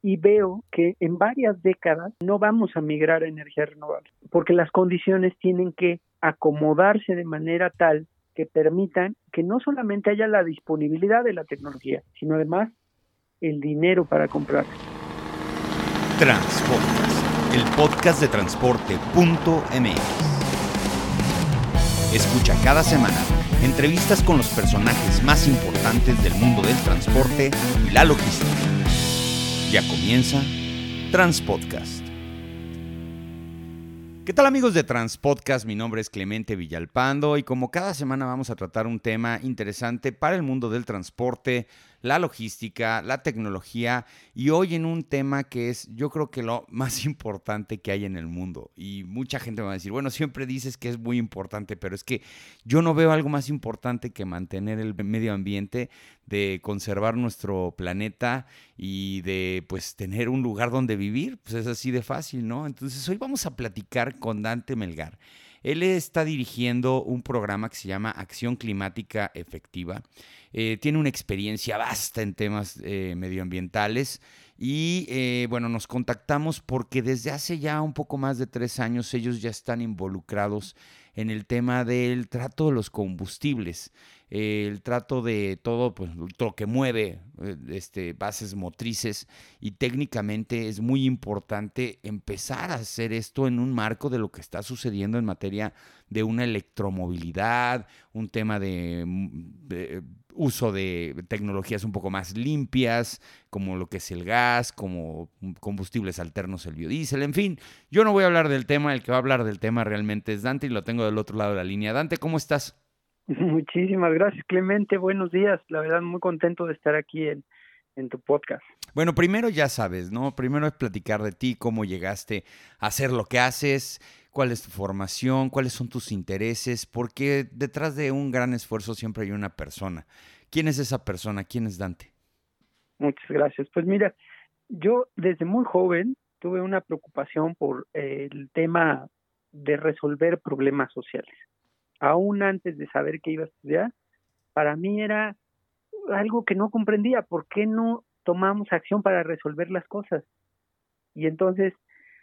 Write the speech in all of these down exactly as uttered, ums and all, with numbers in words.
y veo que en varias décadas no vamos a migrar a energías renovables, porque las condiciones tienen que acomodarse de manera tal que permitan que no solamente haya la disponibilidad de la tecnología, sino además el dinero para comprarla. Transpodcast, el podcast de transporte punto m x. Escucha cada semana entrevistas con los personajes más importantes del mundo del transporte y la logística. Ya comienza Transpodcast. ¿Qué tal, amigos de Transpodcast? Mi nombre es Clemente Villalpando y como cada semana vamos a tratar un tema interesante para el mundo del transporte, la logística, la tecnología y hoy en un tema que es, yo creo que lo más importante que hay en el mundo. Y mucha gente me va a decir, bueno, siempre dices que es muy importante, pero es que yo no veo algo más importante que mantener el medio ambiente, de conservar nuestro planeta y de pues tener un lugar donde vivir. Pues es así de fácil, ¿no? Entonces hoy vamos a platicar con Dante Melgar. Él está dirigiendo un programa que se llama Acción Climática Efectiva. Eh, tiene una experiencia vasta en temas eh, medioambientales y eh, bueno, nos contactamos porque desde hace ya un poco más de tres años ellos ya están involucrados en el tema del trato de los combustibles, eh, el trato de todo, pues, todo lo que mueve eh, este, bases motrices, y técnicamente es muy importante empezar a hacer esto en un marco de lo que está sucediendo en materia de una electromovilidad, un tema de, de uso de tecnologías un poco más limpias, como lo que es el gas, como combustibles alternos, el biodiesel, en fin. Yo no voy a hablar del tema, el que va a hablar del tema realmente es Dante y lo tengo del otro lado de la línea. Dante, ¿cómo estás? Muchísimas gracias, Clemente. Buenos días. La verdad, muy contento de estar aquí en, en tu podcast. Bueno, primero ya sabes, ¿no? Primero es platicar de ti, cómo llegaste a hacer lo que haces, cuál es tu formación, cuáles son tus intereses, porque detrás de un gran esfuerzo siempre hay una persona. ¿Quién es esa persona? ¿Quién es Dante? Muchas gracias. Pues mira, yo desde muy joven tuve una preocupación por eh, el tema de resolver problemas sociales. Aún antes de saber qué iba a estudiar, para mí era algo que no comprendía. ¿Por qué no tomamos acción para resolver las cosas? Y entonces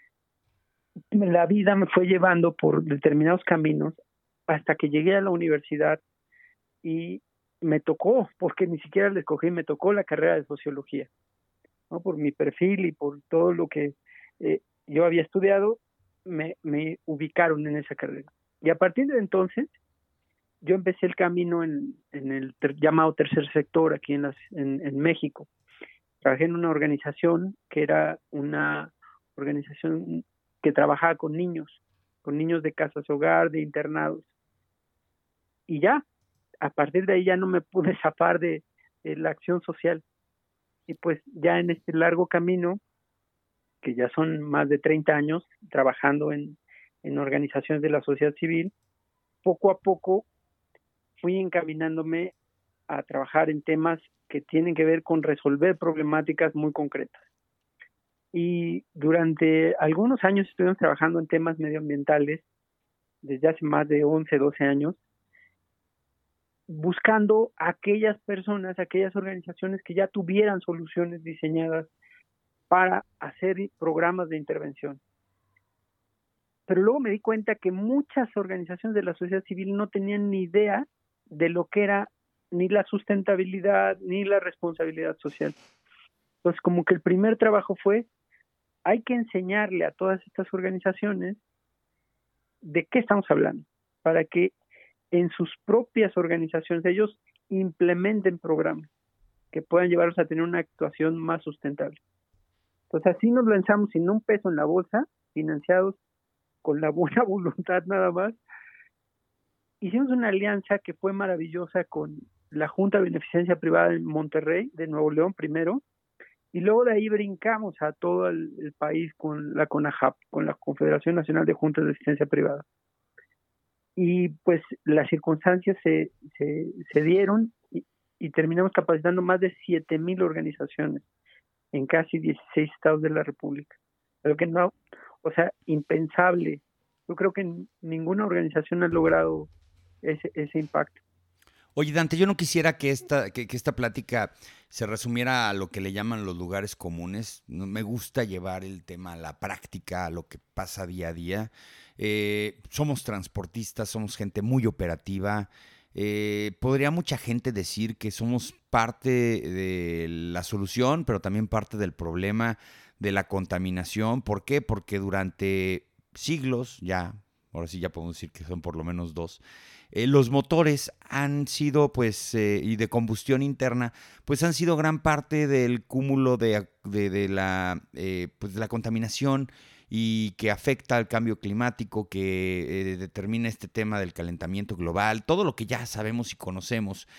la vida me fue llevando por determinados caminos hasta que llegué a la universidad y me tocó, porque ni siquiera la escogí, me tocó la carrera de sociología, ¿no? Por mi perfil y por todo lo que eh, yo había estudiado, me, me ubicaron en esa carrera. Y a partir de entonces, yo empecé el camino en, en el ter, llamado tercer sector aquí en, las, en, en México. Trabajé en una organización que era una organización que trabajaba con niños, con niños de casas hogar, de internados. Y ya, a partir de ahí ya no me pude zafar de, de la acción social. Y pues ya en este largo camino, que ya son más de treinta años trabajando en, en organizaciones de la sociedad civil, poco a poco fui encaminándome a trabajar en temas que tienen que ver con resolver problemáticas muy concretas. Y durante algunos años estuvimos trabajando en temas medioambientales, desde hace más de once, doce años, buscando a aquellas personas, aquellas organizaciones que ya tuvieran soluciones diseñadas para hacer programas de intervención. Pero luego me di cuenta que muchas organizaciones de la sociedad civil no tenían ni idea de lo que era ni la sustentabilidad ni la responsabilidad social. Entonces, como que el primer trabajo fue, hay que enseñarle a todas estas organizaciones de qué estamos hablando, para que en sus propias organizaciones ellos implementen programas que puedan llevarlos a tener una actuación más sustentable. Entonces así nos lanzamos sin un peso en la bolsa, financiados con la buena voluntad nada más. Hicimos una alianza que fue maravillosa con la Junta de Beneficencia Privada en Monterrey, de Nuevo León primero, y luego de ahí brincamos a todo el, el país con la CONAJAP, con la Confederación Nacional de Juntas de Beneficencia Privada. Y pues las circunstancias se, se, se dieron y, y terminamos capacitando más de siete mil organizaciones en casi dieciséis estados de la República. Pero que no, o sea, impensable. Yo creo que ninguna organización ha logrado ese, ese impacto. Oye, Dante, yo no quisiera que esta, que, que esta plática se resumiera a lo que le llaman los lugares comunes. No, me gusta llevar el tema a la práctica, a lo que pasa día a día. Eh, somos transportistas, somos gente muy operativa. Eh, podría mucha gente decir que somos parte de la solución, pero también parte del problema de la contaminación. ¿Por qué? Porque durante siglos ya, ahora sí ya podemos decir que son por lo menos dos, eh, los motores han sido, pues, eh, y de combustión interna, pues han sido gran parte del cúmulo de, de, de la, eh, pues, de la contaminación y que afecta al cambio climático, que eh, determina este tema del calentamiento global, todo lo que ya sabemos y conocemos.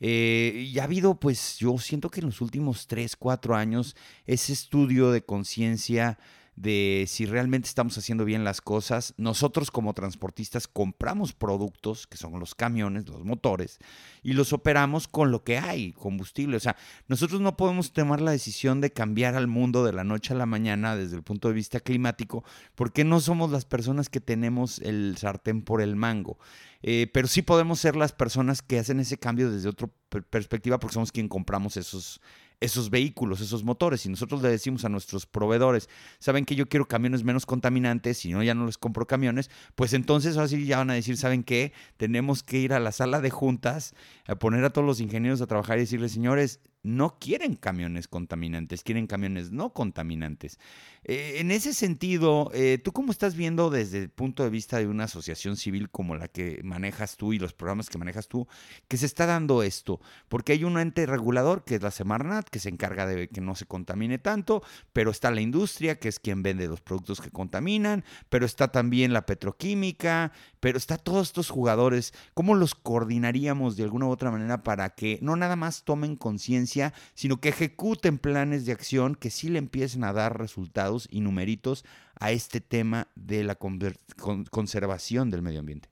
Eh, y ha habido, pues, yo siento que en los últimos tres, cuatro años, ese estudio de conciencia de si realmente estamos haciendo bien las cosas. Nosotros como transportistas compramos productos, que son los camiones, los motores, y los operamos con lo que hay, combustible. O sea, nosotros no podemos tomar la decisión de cambiar al mundo de la noche a la mañana desde el punto de vista climático, porque no somos las personas que tenemos el sartén por el mango. Eh, pero sí podemos ser las personas que hacen ese cambio desde otra per- perspectiva, porque somos quien compramos esos, esos vehículos, esos motores. Y nosotros le decimos a nuestros proveedores, saben que yo quiero camiones menos contaminantes, si no ya no les compro camiones, pues entonces así ya van a decir, ¿saben qué? Tenemos que ir a la sala de juntas, a poner a todos los ingenieros a trabajar y decirles, señores, no quieren camiones contaminantes, quieren camiones no contaminantes. Eh, en ese sentido, eh, ¿tú cómo estás viendo desde el punto de vista de una asociación civil como la que manejas tú y los programas que manejas tú, que se está dando esto? Porque hay un ente regulador que es la Semarnat, que se encarga de que no se contamine tanto, pero está la industria, que es quien vende los productos que contaminan, pero está también la petroquímica, pero está todos estos jugadores. ¿Cómo los coordinaríamos de alguna u otra manera para que no nada más tomen conciencia, sino que ejecuten planes de acción que sí le empiecen a dar resultados y numeritos a este tema de la conver- con- conservación del medio ambiente?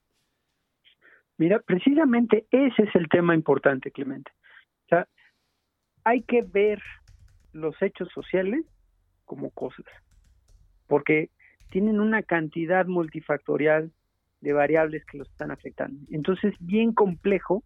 Mira, precisamente ese es el tema importante, Clemente. O sea, hay que ver los hechos sociales como cosas, porque tienen una cantidad multifactorial de variables que los están afectando. Entonces, bien complejo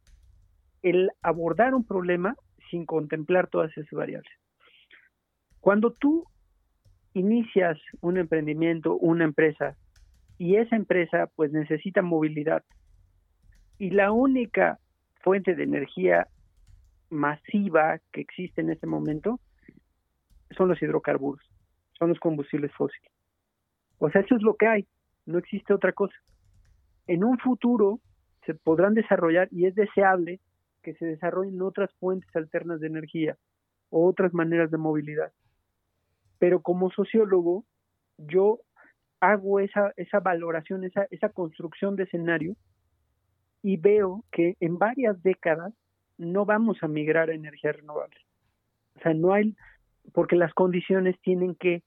el abordar un problema sin contemplar todas esas variables. Cuando tú inicias un emprendimiento, una empresa, y esa empresa pues necesita movilidad, y la única fuente de energía masiva que existe en este momento son los hidrocarburos, son los combustibles fósiles. O sea, eso es lo que hay, no existe otra cosa. En un futuro se podrán desarrollar, y es deseable que se desarrollen otras fuentes alternas de energía o otras maneras de movilidad. Pero como sociólogo, yo hago esa, esa valoración, esa, esa construcción de escenario, y veo que en varias décadas no vamos a migrar a energías renovables. O sea, no hay, porque las condiciones tienen que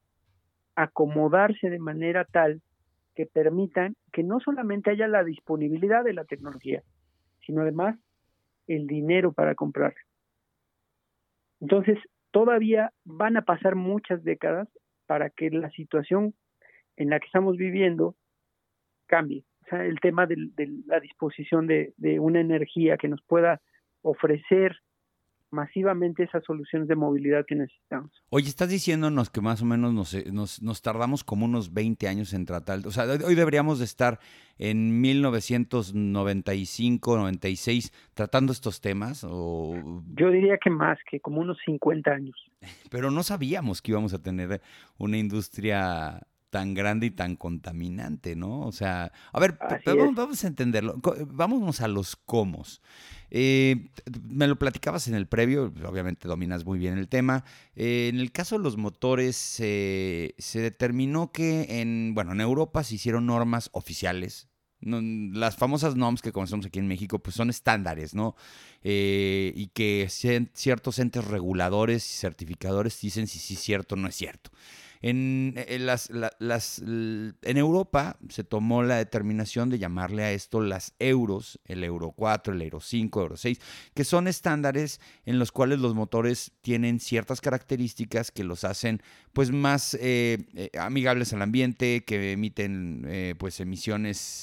acomodarse de manera tal que permitan que no solamente haya la disponibilidad de la tecnología, sino además el dinero para comprarla. Entonces, todavía van a pasar muchas décadas para que la situación en la que estamos viviendo cambie. O sea, el tema de, de la disposición de, de una energía que nos pueda ofrecer masivamente esas soluciones de movilidad que necesitamos. Oye, estás diciéndonos que más o menos nos, eh, nos, nos tardamos como unos veinte años en tratar, o sea, hoy deberíamos de estar en mil novecientos noventa y cinco, noventa y seis tratando estos temas, o... Yo diría que más, que como unos cincuenta años. Pero no sabíamos que íbamos a tener una industria tan grande y tan contaminante, ¿no? O sea, a ver, p- Así p- es. vamos, vamos a entenderlo. Co- Vámonos a los cómo. Eh, t- me lo platicabas en el previo, obviamente dominas muy bien el tema. Eh, en el caso de los motores, eh, se determinó que en, bueno, en Europa se hicieron normas oficiales. No, las famosas normas que conocemos aquí en México, pues son estándares, ¿no? Eh, y que cien- ciertos entes reguladores y certificadores dicen si sí es cierto o no es cierto. En, en, las, la- las, l- en Europa se tomó la determinación de llamarle a esto las euros, el euro cuatro, el euro cinco, euro seis, que son estándares en los cuales los motores tienen ciertas características que los hacen pues más eh, eh, amigables al ambiente, que emiten eh, pues emisiones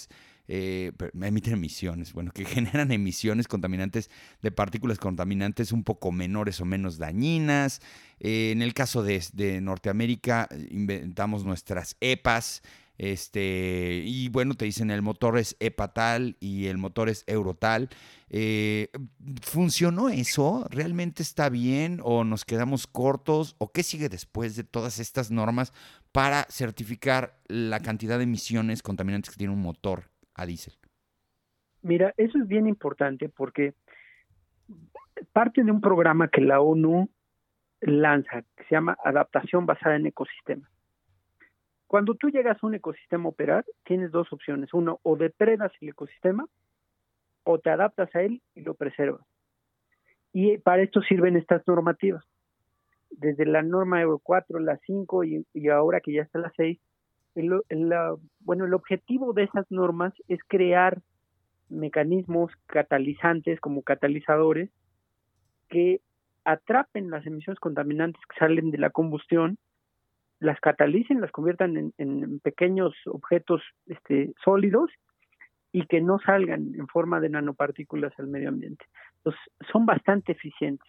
eh, emiten emisiones, bueno, que generan emisiones contaminantes de partículas contaminantes un poco menores o menos dañinas. Eh, en el caso de, de Norteamérica, inventamos nuestras E P As, este, y bueno, te dicen el motor es E P A tal y el motor es Euro tal. Eh, ¿Funcionó eso? ¿Realmente está bien o nos quedamos cortos? ¿O qué sigue después de todas estas normas para certificar la cantidad de emisiones contaminantes que tiene un motor a diésel? Mira, eso es bien importante porque parte de un programa que la ONU lanza, que se llama Adaptación Basada en Ecosistemas. Cuando tú llegas a un ecosistema a operar, tienes dos opciones. Uno, o depredas el ecosistema o te adaptas a él y lo preservas. Y para esto sirven estas normativas. Desde la norma Euro cuatro, la cinco y, y ahora que ya está la seis, el, el, la, bueno, el objetivo de esas normas es crear mecanismos catalizantes como catalizadores que atrapen las emisiones contaminantes que salen de la combustión, las catalicen, las conviertan en, en pequeños objetos este, sólidos y que no salgan en forma de nanopartículas al medio ambiente. Entonces, son bastante eficientes.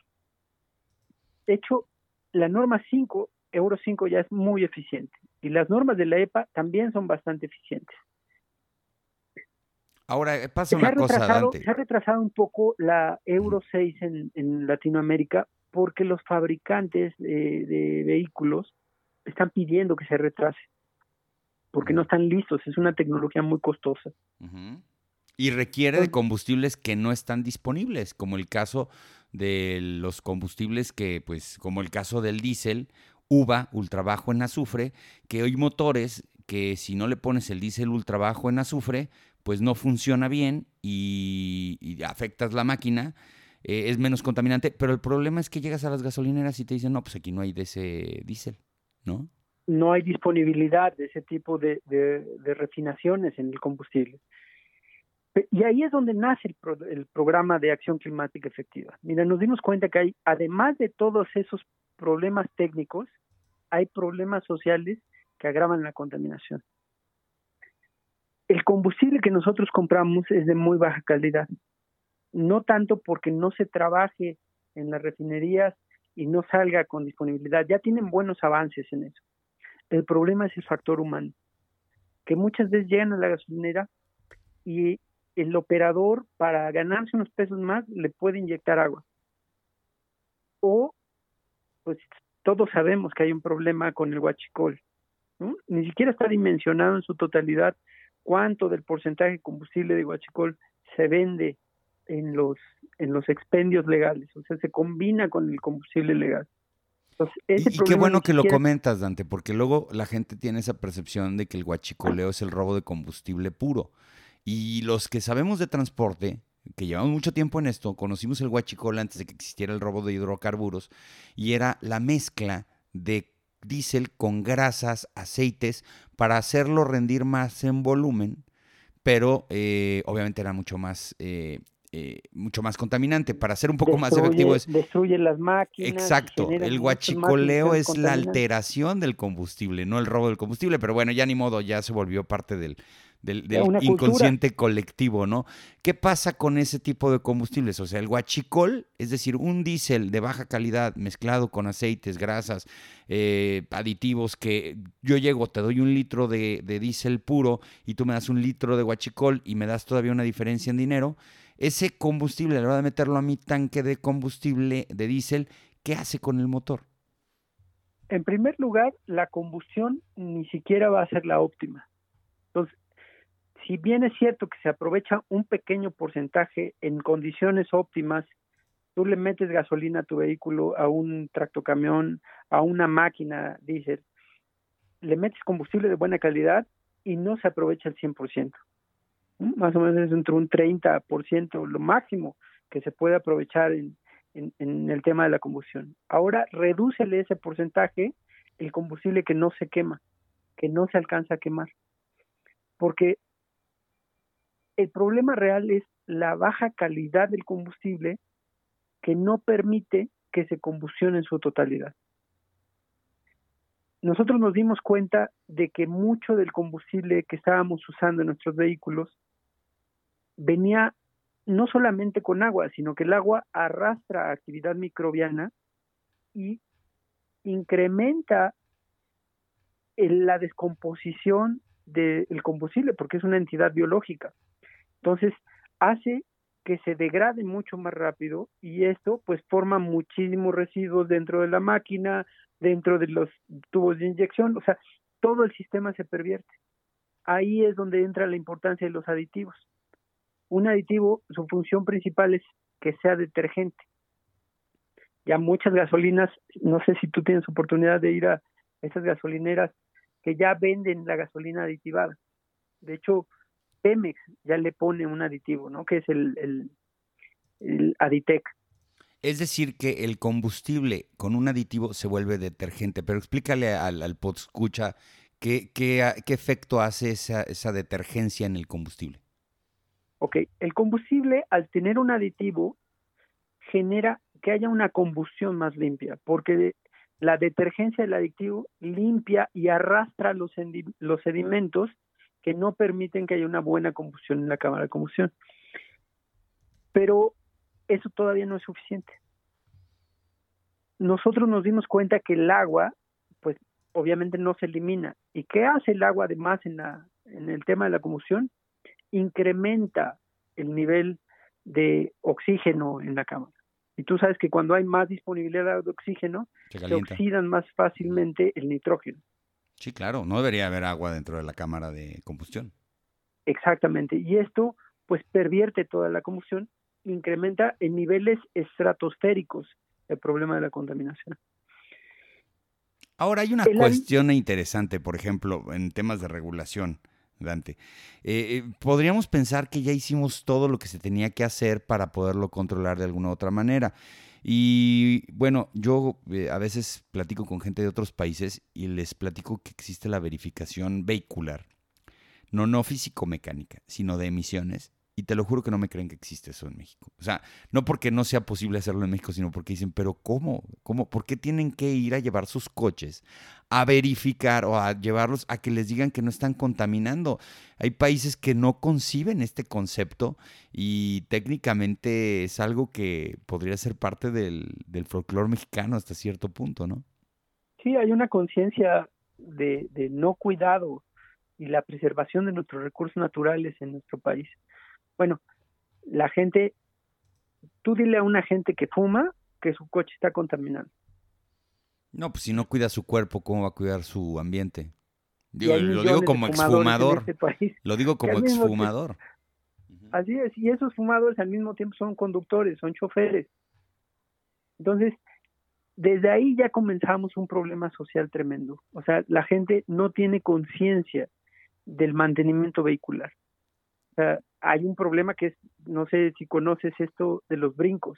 De hecho, la norma cinco, Euro cinco ya es muy eficiente y las normas de la E P A también son bastante eficientes. Ahora, pasa Se ha una cosa, retrasado, Dante. se ha retrasado un poco la Euro seis en, en Latinoamérica porque los fabricantes de, de vehículos están pidiendo que se retrase porque no están listos, es una tecnología muy costosa. Uh-huh. Y requiere de Entonces, combustibles que no están disponibles, como el caso de los combustibles que, pues, como el caso del diésel, U V A, ultra bajo en azufre, que hay motores que si no le pones el diésel ultra bajo en azufre, pues no funciona bien y, y afectas la máquina, eh, es menos contaminante, pero el problema es que llegas a las gasolineras y te dicen, no, pues aquí no hay de ese diésel, ¿no? no hay disponibilidad de ese tipo de, de, de refinaciones en el combustible. Y ahí es donde nace el, pro, el programa de acción climática efectiva. Mira, nos dimos cuenta que hay, además de todos esos problemas técnicos, hay problemas sociales que agravan la contaminación. El combustible que nosotros compramos es de muy baja calidad, no tanto porque no se trabaje en las refinerías y no salga con disponibilidad, ya tienen buenos avances en eso. El problema es el factor humano, que muchas veces llegan a la gasolinera y el operador, para ganarse unos pesos más, le puede inyectar agua. O, pues todos sabemos que hay un problema con el huachicol, ¿no? Ni siquiera está dimensionado en su totalidad cuánto del porcentaje de combustible de huachicol se vende en los, en los expendios legales, o sea, se combina con el combustible legal. Entonces, ese Y, y qué problema bueno ni que lo siquiera... comentas, Dante, porque luego la gente tiene esa percepción de que el huachicoleo es el robo de combustible puro. Y los que sabemos de transporte, que llevamos mucho tiempo en esto, conocimos el huachicol antes de que existiera el robo de hidrocarburos, y era la mezcla de diésel con grasas, aceites, para hacerlo rendir más en volumen, pero eh, obviamente era mucho más, eh, eh, mucho más contaminante. Para ser un poco más efectivo Destruye, es... destruye las máquinas y Exacto, genera el muchas más huachicoleo emisiones es la contaminantes. alteración del combustible, no el robo del combustible, pero bueno, ya ni modo, ya se volvió parte del, del, del Una cultura. inconsciente colectivo, ¿no? ¿Qué pasa con ese tipo de combustibles? O sea, el huachicol, es decir, un diésel de baja calidad mezclado con aceites, grasas, eh, aditivos, que yo llego, te doy un litro de, de diésel puro y tú me das un litro de huachicol y me das todavía una diferencia en dinero. Ese combustible, a la hora de meterlo a mi tanque de combustible de diésel, ¿qué hace con el motor? En primer lugar, la combustión ni siquiera va a ser la óptima. Entonces, si bien es cierto que se aprovecha un pequeño porcentaje en condiciones óptimas, tú le metes gasolina a tu vehículo, a un tractocamión, a una máquina diésel, le metes combustible de buena calidad y no se aprovecha el cien por ciento. Más o menos es entre un treinta por ciento lo máximo que se puede aprovechar en, en, en el tema de la combustión. Ahora redúcele ese porcentaje el combustible que no se quema, que no se alcanza a quemar, porque el problema real es la baja calidad del combustible que no permite que se combustione en su totalidad. nosotros nos dimos cuenta de que mucho del combustible que estábamos usando en nuestros vehículos venía no solamente con agua, sino que el agua arrastra actividad microbiana y incrementa el, la descomposición del combustible, porque es una entidad biológica. Entonces, hace que se degrade mucho más rápido y esto pues forma muchísimos residuos dentro de la máquina, dentro de los tubos de inyección, o sea, todo el sistema se pervierte. Ahí es donde entra la importancia de los aditivos. Un aditivo, su función principal es que sea detergente. Ya muchas gasolinas, no sé si tú tienes oportunidad de ir a esas gasolineras que ya venden la gasolina aditivada. De hecho, Pemex ya le pone un aditivo, ¿no? Que es el, el, el Aditec. Es decir, que el combustible con un aditivo se vuelve detergente, pero explícale al, al podscucha qué, qué, qué efecto hace esa, esa detergencia en el combustible. Ok, el combustible al tener un aditivo genera que haya una combustión más limpia, porque la detergencia del aditivo limpia y arrastra los, los sedimentos que no permiten que haya una buena combustión en la cámara de combustión. Pero eso todavía no es suficiente. Nosotros nos dimos cuenta que el agua, pues obviamente no se elimina. ¿Y qué hace el agua además en, la, en el tema de la combustión? Incrementa el nivel de oxígeno en la cámara. Y tú sabes que cuando hay más disponibilidad de oxígeno, se, se oxidan más fácilmente el nitrógeno. Sí, claro, no debería haber agua dentro de la cámara de combustión. Exactamente, y esto pues pervierte toda la combustión, incrementa en niveles estratosféricos el problema de la contaminación. Ahora hay una el cuestión ad... interesante, por ejemplo, en temas de regulación, Dante. Eh, eh, podríamos pensar que ya hicimos todo lo que se tenía que hacer para poderlo controlar de alguna u otra manera. Y bueno, yo eh, a veces platico con gente de otros países y les platico que existe la verificación vehicular, no, no físico-mecánica, sino de emisiones. Y te lo juro que no me creen que existe eso en México. O sea, no porque no sea posible hacerlo en México, sino porque dicen, pero ¿cómo? ¿Cómo? ¿Por qué tienen que ir a llevar sus coches a verificar o a llevarlos a que les digan que no están contaminando? Hay países que no conciben este concepto y técnicamente es algo que podría ser parte del, del folclore mexicano hasta cierto punto, ¿no? Sí, hay una conciencia de, de no cuidado y la preservación de nuestros recursos naturales en nuestro país. Bueno, la gente, tú dile a una gente que fuma que su coche está contaminado. No, pues si no cuida su cuerpo, ¿cómo va a cuidar su ambiente? Digo, lo digo como exfumador. Este país, lo digo como exfumador. Tiempo, así es, y esos fumadores al mismo tiempo son conductores, son choferes. Entonces, desde ahí ya comenzamos un problema social tremendo. O sea, la gente no tiene conciencia del mantenimiento vehicular. O sea, hay un problema que es, no sé si conoces esto de los brincos.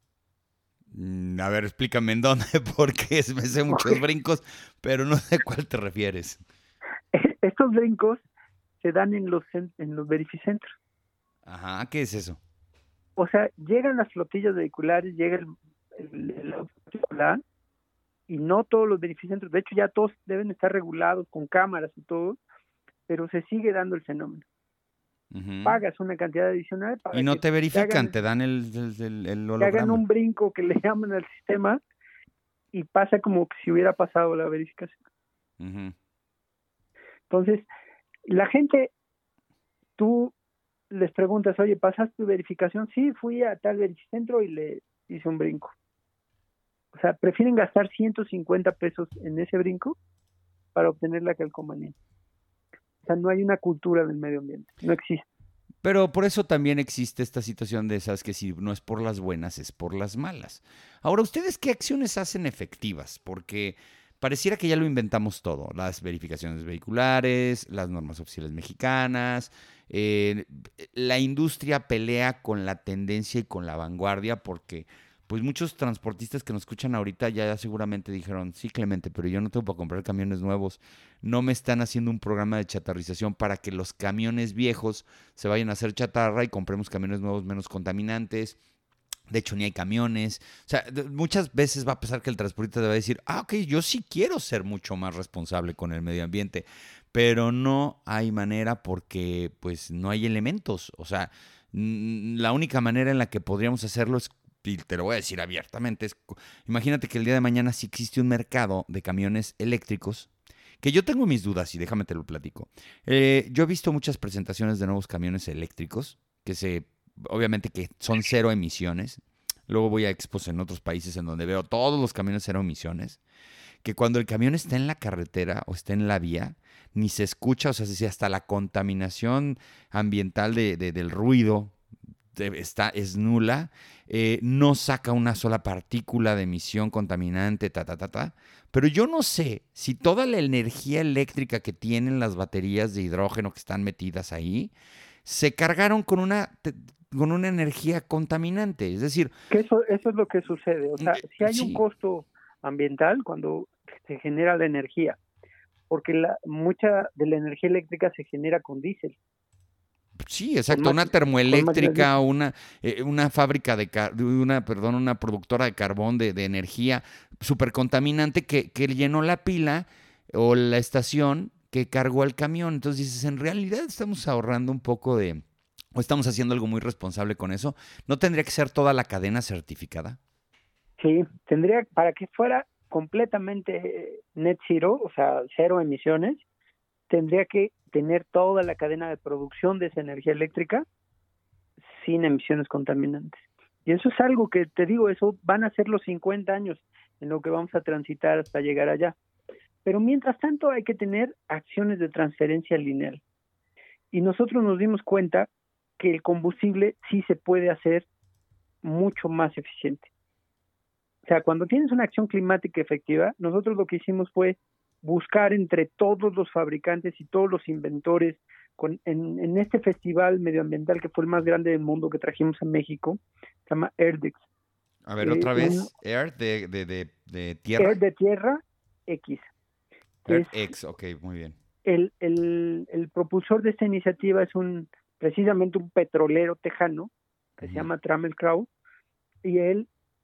A ver, explícame en dónde, porque me sé muchos okay. brincos, pero no sé a cuál te refieres. Estos brincos se dan en los en los verificentros. Ajá, ¿qué es eso? O sea, llegan las flotillas vehiculares, llega el, el, el auto particular, y no todos los verificentros, de hecho ya todos deben estar regulados con cámaras y todo, pero se sigue dando el fenómeno. Uh-huh. Pagas una cantidad adicional para y no que te verifican, te, hagan, te dan el, el, el, el holograma. Te hagan un brinco que le llaman al sistema y pasa como que si hubiera pasado la verificación. Uh-huh. Entonces, la gente, tú les preguntas, oye, ¿pasaste tu verificación? Sí, fui a tal verificentro y le hice un brinco. O sea, prefieren gastar ciento cincuenta pesos en ese brinco para obtener la calcomanía. O sea, no hay una cultura del medio ambiente, no existe. Pero por eso también existe esta situación de esas que si no es por las buenas, es por las malas. Ahora, ¿ustedes qué acciones hacen efectivas? Porque pareciera que ya lo inventamos todo. Las verificaciones vehiculares, las normas oficiales mexicanas, eh, la industria pelea con la tendencia y con la vanguardia porque pues muchos transportistas que nos escuchan ahorita ya seguramente dijeron, sí, Clemente, pero yo no tengo para comprar camiones nuevos. No me están haciendo un programa de chatarrización para que los camiones viejos se vayan a hacer chatarra y compremos camiones nuevos menos contaminantes. De hecho, ni hay camiones. O sea, muchas veces va a pasar que el transportista te va a decir, ah, ok, yo sí quiero ser mucho más responsable con el medio ambiente, pero no hay manera porque pues no hay elementos. O sea, la única manera en la que podríamos hacerlo es, y te lo voy a decir abiertamente, es, imagínate que el día de mañana sí existe un mercado de camiones eléctricos, que yo tengo mis dudas y déjame te lo platico. Eh, yo he visto muchas presentaciones de nuevos camiones eléctricos que se obviamente que son cero emisiones. Luego voy a expos en otros países en donde veo todos los camiones cero emisiones. Que cuando el camión está en la carretera o está en la vía, ni se escucha, o sea, si hasta la contaminación ambiental de, de, del ruido de, está, es nula, eh, no saca una sola partícula de emisión contaminante, ta, ta, ta, ta. Pero yo no sé si toda la energía eléctrica que tienen las baterías de hidrógeno que están metidas ahí, se cargaron con una con una energía contaminante. Es decir... Que eso, eso es lo que sucede. O sea, si hay sí. un costo ambiental cuando se genera la energía, porque la, mucha de la energía eléctrica se genera con diésel. Sí, exacto. Más, una termoeléctrica, una, eh, una fábrica de, una, perdón, una productora de carbón de, de energía súper contaminante que, que llenó la pila o la estación que cargó al camión. Entonces dices, en realidad estamos ahorrando un poco de... ¿O estamos haciendo algo muy responsable con eso? ¿No tendría que ser toda la cadena certificada? Sí, tendría, para que fuera completamente net zero, o sea, cero emisiones, tendría que tener toda la cadena de producción de esa energía eléctrica sin emisiones contaminantes. Y eso es algo que, te digo, eso van a ser los cincuenta años en lo que vamos a transitar hasta llegar allá. Pero mientras tanto hay que tener acciones de transferencia lineal. Y nosotros nos dimos cuenta que el combustible sí se puede hacer mucho más eficiente. O sea, cuando tienes una acción climática efectiva, nosotros lo que hicimos fue buscar entre todos los fabricantes y todos los inventores con, en, en este festival medioambiental que fue el más grande del mundo que trajimos a México, se llama EarthX. A ver, otra eh, vez, un, Earth de, de, de, de tierra. Earth de tierra X. EarthX, ok, muy bien. El, el, el propulsor de esta iniciativa es un precisamente un petrolero tejano que uh-huh. se llama Trammell Crow, y él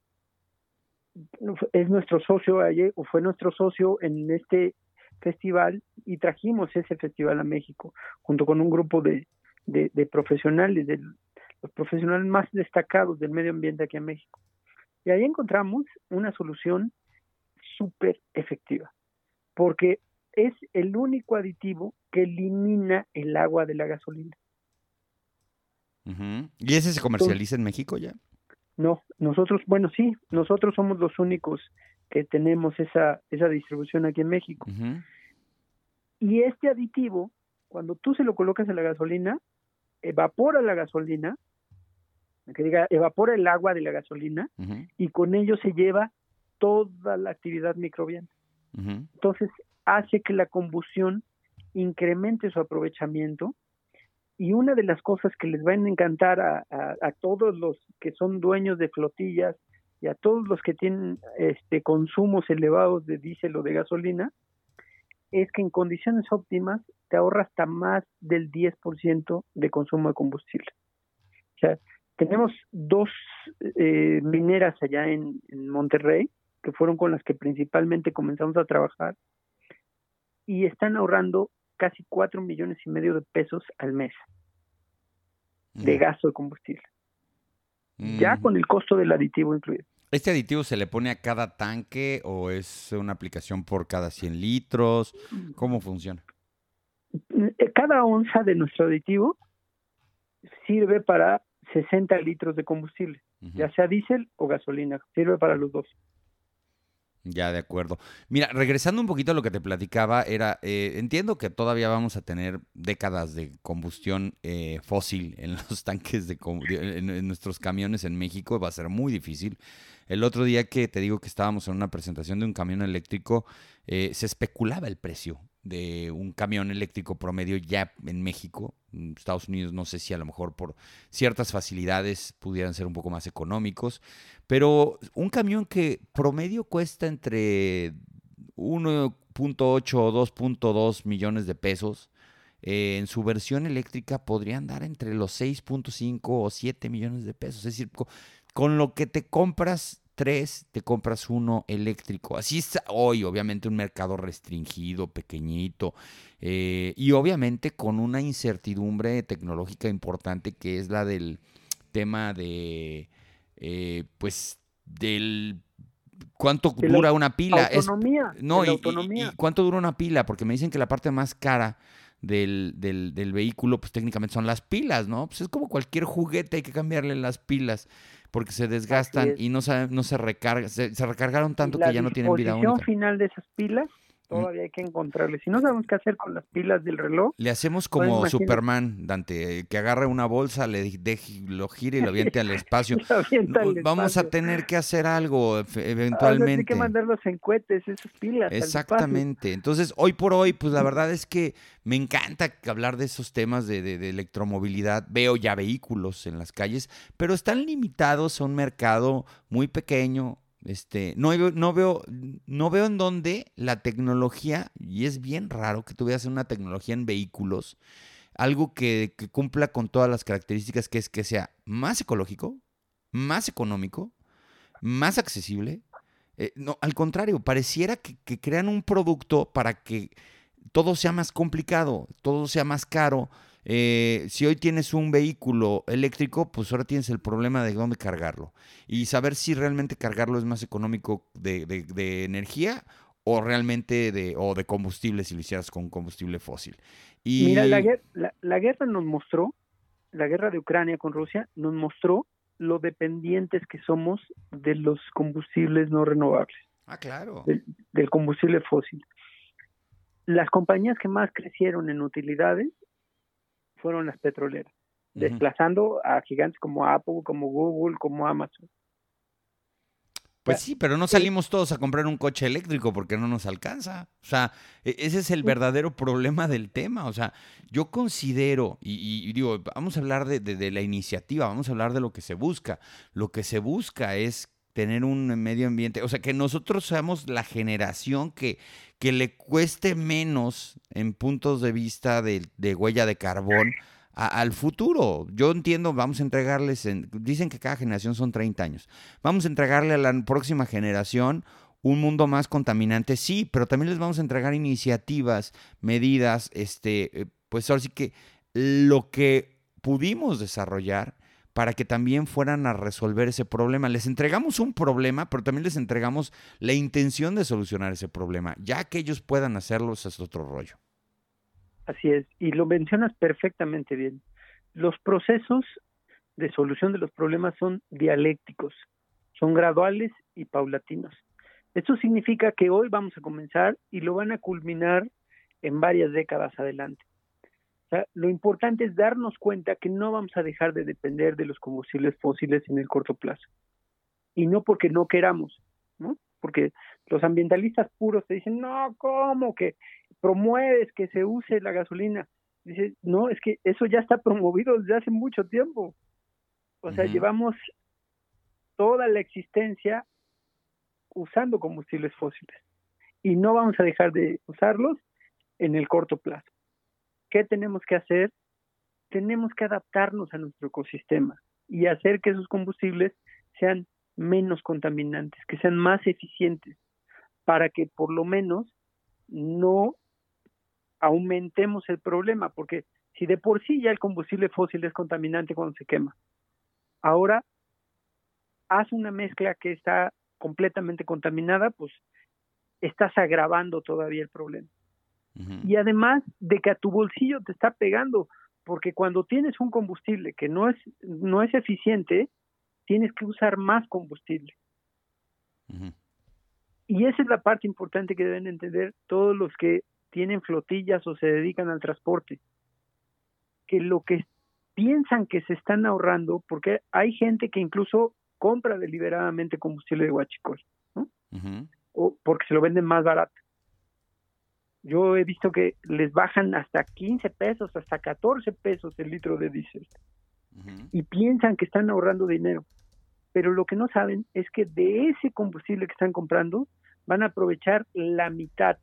es nuestro socio ayer, o fue nuestro socio en este festival, y trajimos ese festival a México junto con un grupo de, de, de profesionales, de los profesionales más destacados del medio ambiente aquí en México. Y ahí encontramos una solución súper efectiva, porque es el único aditivo que elimina el agua de la gasolina. Uh-huh. ¿Y ese se comercializa Entonces, en México ya? No, nosotros, bueno, sí, nosotros somos los únicos que tenemos esa, esa distribución aquí en México. Uh-huh. Y este aditivo, cuando tú se lo colocas en la gasolina, evapora la gasolina, que diga, evapora el agua de la gasolina, uh-huh. y con ello se lleva toda la actividad microbiana. Uh-huh. Entonces, hace que la combustión incremente su aprovechamiento. Y una de las cosas que les van a encantar a, a, a todos los que son dueños de flotillas y a todos los que tienen este consumos elevados de diésel o de gasolina, es que en condiciones óptimas te ahorra hasta más del diez por ciento de consumo de combustible. O sea, tenemos dos eh, mineras allá en, en Monterrey, que fueron con las que principalmente comenzamos a trabajar, y están ahorrando casi cuatro millones y medio de pesos al mes de mm. gasto de combustible, mm. ya con el costo del aditivo incluido. ¿Este aditivo se le pone a cada tanque o es una aplicación por cada cien litros? ¿Cómo funciona? Cada onza de nuestro aditivo sirve para sesenta litros de combustible, uh-huh. ya sea diésel o gasolina, sirve para los dos. Ya, de acuerdo. Mira, regresando un poquito a lo que te platicaba, era, eh, entiendo que todavía vamos a tener décadas de combustión eh, fósil en los tanques, de en, en nuestros camiones en México, va a ser muy difícil. El otro día que te digo que estábamos en una presentación de un camión eléctrico, eh, se especulaba el precio de un camión eléctrico promedio ya en México. En Estados Unidos no sé si a lo mejor por ciertas facilidades pudieran ser un poco más económicos, pero un camión que promedio cuesta entre uno punto ocho o dos punto dos millones de pesos, eh, en su versión eléctrica podría andar entre los seis punto cinco o siete millones de pesos. Es decir, con lo que te compras tres, te compras uno eléctrico. Así es hoy, obviamente, un mercado restringido, pequeñito, eh, y obviamente con una incertidumbre tecnológica importante que es la del tema de, eh, pues, del cuánto De la dura una pila. Es, autonomía, de no, la y, y, y autonomía. cuánto dura una pila, porque me dicen que la parte más cara del, del, del vehículo, pues técnicamente son las pilas, ¿no? Pues es como cualquier juguete, hay que cambiarle las pilas porque se Así desgastan es. y no se, no se recargan, se, se recargaron Y tanto que la ya no tienen vida disposición única. final de esas pilas, Mm. todavía hay que encontrarle. Si no sabemos qué hacer con las pilas del reloj, Le hacemos pues como imagínate, Superman, Dante, que agarre una bolsa, le deje, lo gire y lo aviente al espacio. la avienta No, al vamos a espacio. tener que hacer algo efe- Vas a tener que eventualmente. mandarlos en cohetes, esas pilas, al espacio. Exactamente. Entonces, hoy por hoy, pues la verdad es que me encanta hablar de esos temas de, de- de electromovilidad. Veo ya vehículos en las calles, pero están limitados a un mercado muy pequeño. Este, no, veo- no veo, no veo en dónde la tecnología, y es bien raro que tú veas una tecnología en vehículos, algo que, que cumpla con todas las características, que es que sea más ecológico, más económico, más accesible. Eh, no, al contrario, pareciera que, que crean un producto para que todo sea más complicado, todo sea más caro. Eh, si hoy tienes un vehículo eléctrico, pues ahora tienes el problema de dónde cargarlo. Y saber si realmente cargarlo es más económico de, de- de energía o realmente de, o de combustible si lo hicieras con combustible fósil. Mira, la, Y guer- la, la guerra nos mostró, la guerra de Ucrania con Rusia nos mostró lo dependientes que somos de los combustibles no renovables, Ah, claro. del, del combustible fósil. Las compañías que más crecieron en utilidades fueron las petroleras, Ujú. desplazando a gigantes como Apple, como Google, como Amazon. O Pues sea, sí, pero no el, salimos todos a comprar un coche eléctrico porque no nos alcanza. O sea, e- ese es el verdadero problema del tema. O sea, yo considero, y, y- y digo, vamos a hablar de, de- de la iniciativa, vamos a hablar de lo que se busca. Lo que se busca es tener un medio ambiente, o sea, que nosotros seamos la generación que, que le cueste menos en puntos de vista de, de huella de carbón a- al futuro. Yo entiendo, vamos a entregarles, en- dicen que cada generación son treinta años. Vamos a entregarle a la próxima generación un mundo más contaminante, sí, pero también les vamos a entregar iniciativas, medidas, este, eh, pues ahora sí que lo que pudimos desarrollar para que también fueran a resolver ese problema. Les entregamos un problema, pero también les entregamos la intención de solucionar ese problema. Ya que ellos puedan hacerlo, ese es otro rollo. así es, y lo mencionas perfectamente bien. Los procesos de solución de los problemas son dialécticos, son graduales y paulatinos. Esto significa que hoy vamos a comenzar y lo van a culminar en varias décadas adelante. O sea, lo importante es darnos cuenta que no vamos a dejar de depender de los combustibles fósiles en el corto plazo. Y no porque no queramos, ¿no? Porque los ambientalistas puros te dicen, no, ¿cómo que promueves que se use la gasolina? Dices, no, es que eso ya está promovido desde hace mucho tiempo. O sea, Ujú. llevamos toda la existencia usando combustibles fósiles y no vamos a dejar de usarlos en el corto plazo. ¿Qué tenemos que hacer? Tenemos que adaptarnos a nuestro ecosistema y hacer que esos combustibles sean menos contaminantes, que sean más eficientes, para que por lo menos no aumentemos el problema, porque si de por sí ya el combustible fósil es contaminante cuando se quema, ahora haz una mezcla que está completamente contaminada, pues estás agravando todavía el problema. Ujú. Y además de que a tu bolsillo te está pegando, porque cuando tienes un combustible que no es, no es eficiente, tienes que usar más combustible. Ujú. Y esa es la parte importante que deben entender todos los que tienen flotillas o se dedican al transporte, que lo que piensan que se están ahorrando, porque hay gente que incluso compra deliberadamente combustible de huachicol, ¿no? Ujú. O porque se lo venden más barato. Yo he visto que les bajan hasta quince pesos, hasta catorce pesos el litro de diésel Ujú. y piensan que están ahorrando dinero. Pero lo que no saben es que de ese combustible que están comprando van a aprovechar la mitad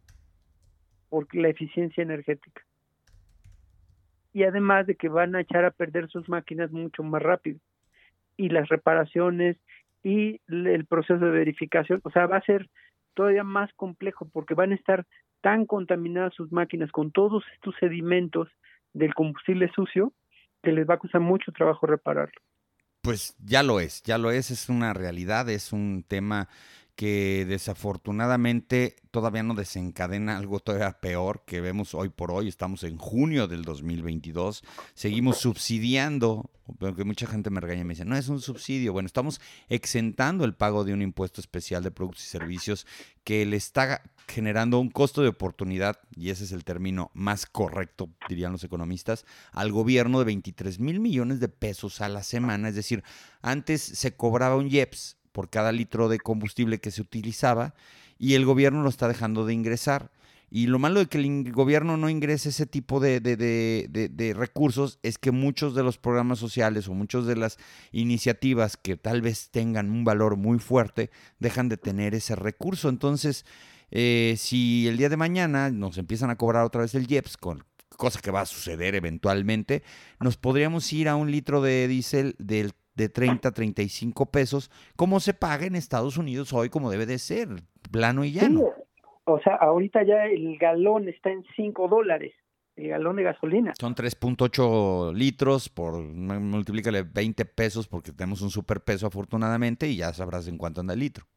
por la eficiencia energética. Y además de que van a echar a perder sus máquinas mucho más rápido. y las reparaciones y el proceso de verificación, o sea, va a ser todavía más complejo porque van a estar tan contaminadas sus máquinas con todos estos sedimentos del combustible sucio que les va a costar mucho trabajo repararlo. Pues ya lo es, ya lo es, es una realidad, es un tema que desafortunadamente todavía no desencadena algo todavía peor que vemos hoy por hoy. Estamos en junio del dos mil veintidós, seguimos subsidiando, porque mucha gente me regaña y me dice, no es un subsidio. Bueno, estamos exentando el pago de un impuesto especial de productos y servicios que le está generando un costo de oportunidad, y ese es el término más correcto, dirían los economistas, al gobierno de veintitrés mil millones de pesos a la semana. Es decir, antes se cobraba un I E P S por cada litro de combustible que se utilizaba y el gobierno lo está dejando de ingresar. Y lo malo de que el gobierno no ingrese ese tipo de, de, de, de, de recursos es que muchos de los programas sociales o muchas de las iniciativas que tal vez tengan un valor muy fuerte dejan de tener ese recurso. Entonces, eh, si el día de mañana nos empiezan a cobrar otra vez el I E P S, con, cosa que va a suceder eventualmente, nos podríamos ir a un litro de diésel del de treinta, treinta y cinco pesos, como se paga en Estados Unidos hoy, como debe de ser, plano y llano. Sí, o sea, ahorita ya el galón está en cinco dólares, el galón de gasolina. Son tres punto ocho litros, por multiplícale veinte pesos, porque tenemos un superpeso afortunadamente, y ya sabrás en cuánto anda el litro.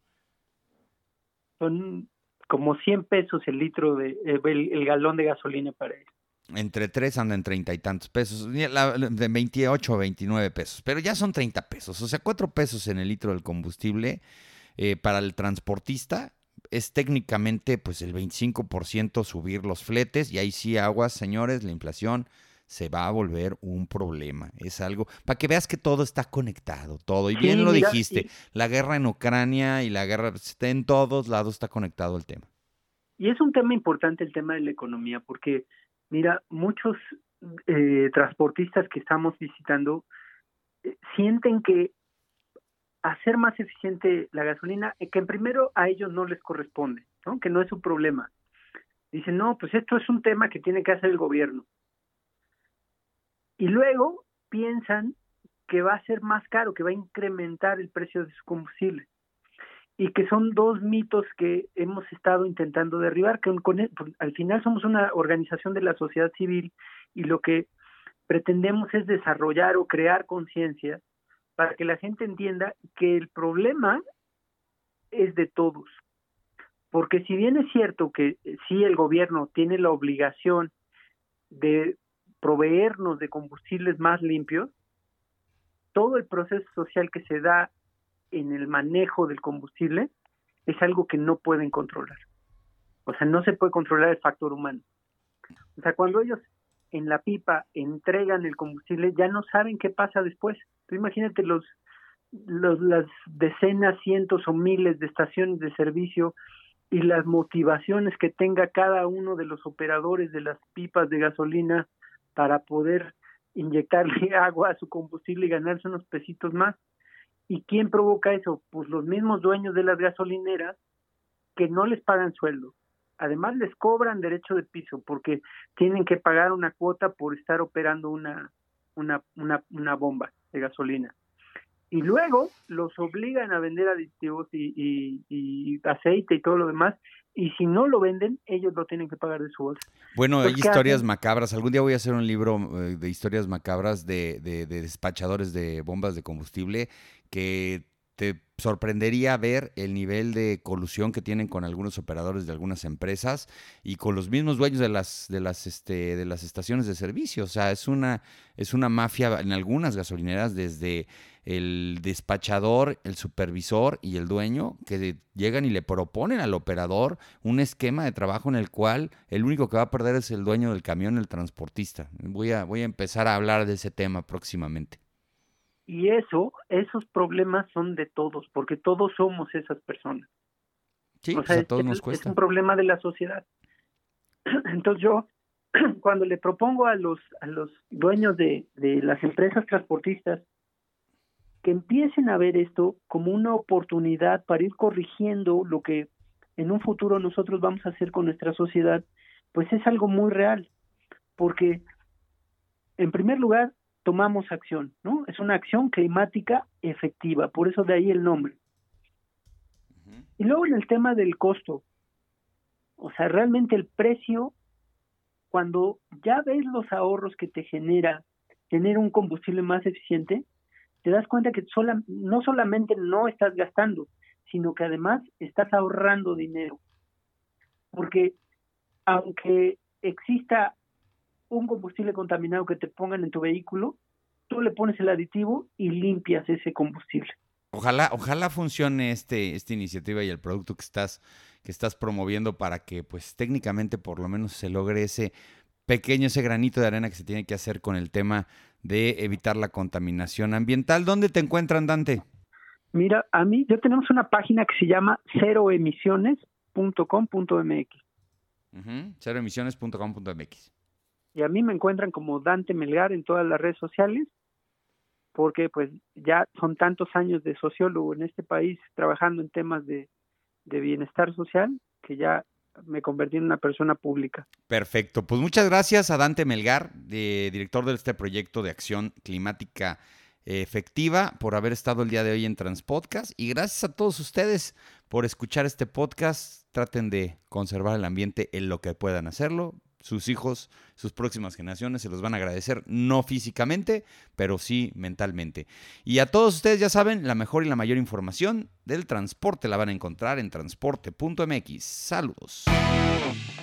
Son como cien pesos el litro de, el, el galón de gasolina para él. Entre tres anda en treinta y tantos pesos, de veintiocho o veintinueve pesos, pero ya son treinta pesos, o sea, cuatro pesos en el litro del combustible eh, para el transportista es técnicamente pues el veinticinco por ciento subir los fletes, y ahí sí aguas, señores, la inflación se va a volver un problema. Es algo, para que veas que todo está conectado, todo, y bien sí, lo mira, dijiste, y, la guerra en Ucrania y la guerra en todos lados está conectado el tema. Y es un tema importante el tema de la economía, porque mira, muchos eh, transportistas que estamos visitando eh, sienten que hacer más eficiente la gasolina, eh, que en primero a ellos no les corresponde, ¿no? Que no es su problema. Dicen, no, pues esto es un tema que tiene que hacer el gobierno. Y luego piensan que va a ser más caro, que va a incrementar el precio de su combustible. Y que son dos mitos que hemos estado intentando derribar, que con, pues, al final somos una organización de la sociedad civil y lo que pretendemos es desarrollar o crear conciencia para que la gente entienda que el problema es de todos. Porque si bien es cierto que sí el gobierno tiene la obligación de proveernos de combustibles más limpios, todo el proceso social que se da en el manejo del combustible es algo que no pueden controlar. O sea, no se puede controlar el factor humano. O sea, cuando ellos en la pipa entregan el combustible, ya no saben qué pasa después. Tú imagínate los, los las decenas, cientos o miles de estaciones de servicio y las motivaciones que tenga cada uno de los operadores de las pipas de gasolina para poder inyectarle agua a su combustible y ganarse unos pesitos más. ¿Y quién provoca eso? Pues los mismos dueños de las gasolineras que no les pagan sueldo. Además les cobran derecho de piso porque tienen que pagar una cuota por estar operando una, una, una, una bomba de gasolina. Y luego los obligan a vender aditivos y, y, y aceite y todo lo demás, y si no lo venden, ellos lo tienen que pagar de su bolsa. Bueno, Entonces, hay historias hacen? macabras. Algún día voy a hacer un libro eh, de historias macabras de, de, de despachadores de bombas de combustible que te sorprendería ver el nivel de colusión que tienen con algunos operadores de algunas empresas y con los mismos dueños de las de las este de las estaciones de servicio. O sea, es una es una mafia en algunas gasolineras, desde el despachador, el supervisor y el dueño, que llegan y le proponen al operador un esquema de trabajo en el cual el único que va a perder es el dueño del camión, el transportista. Voy a voy a empezar a hablar de ese tema próximamente. Y eso, esos problemas son de todos, porque todos somos esas personas. Sí, o sea, pues a todos es, nos cuesta. Es un problema de la sociedad. Entonces yo, cuando le propongo a los a los dueños de, de las empresas transportistas que empiecen a ver esto como una oportunidad para ir corrigiendo lo que en un futuro nosotros vamos a hacer con nuestra sociedad, pues es algo muy real. Porque, en primer lugar, tomamos acción, ¿no? Es una acción climática efectiva, por eso de ahí el nombre. Uh-huh. Y luego en el tema del costo, o sea, realmente el precio, cuando ya ves los ahorros que te genera tener un combustible más eficiente, te das cuenta que sola, no solamente no estás gastando, sino que además estás ahorrando dinero. Porque aunque exista un combustible contaminado que te pongan en tu vehículo, tú le pones el aditivo y limpias ese combustible. Ojalá, ojalá funcione este, esta iniciativa y el producto que estás, que estás promoviendo para que, pues, técnicamente por lo menos se logre ese pequeño, ese granito de arena que se tiene que hacer con el tema de evitar la contaminación ambiental. ¿Dónde te encuentran, Dante? Mira, a mí, ya tenemos una página que se llama cero emisiones punto com punto m x. Uh-huh. cero emisiones punto com punto m x. Y a mí me encuentran como Dante Melgar en todas las redes sociales, porque pues ya son tantos años de sociólogo en este país trabajando en temas de, de bienestar social que ya me convertí en una persona pública. Perfecto. Pues muchas gracias a Dante Melgar, de, director de este proyecto de acción climática efectiva, por haber estado el día de hoy en Transpodcast, y gracias a todos ustedes por escuchar este podcast. Traten de conservar el ambiente en lo que puedan hacerlo. Sus hijos, sus próximas generaciones se los van a agradecer, no físicamente, pero sí mentalmente. Y a todos ustedes, ya saben, la mejor y la mayor información del transporte la van a encontrar en transporte punto m x. Saludos.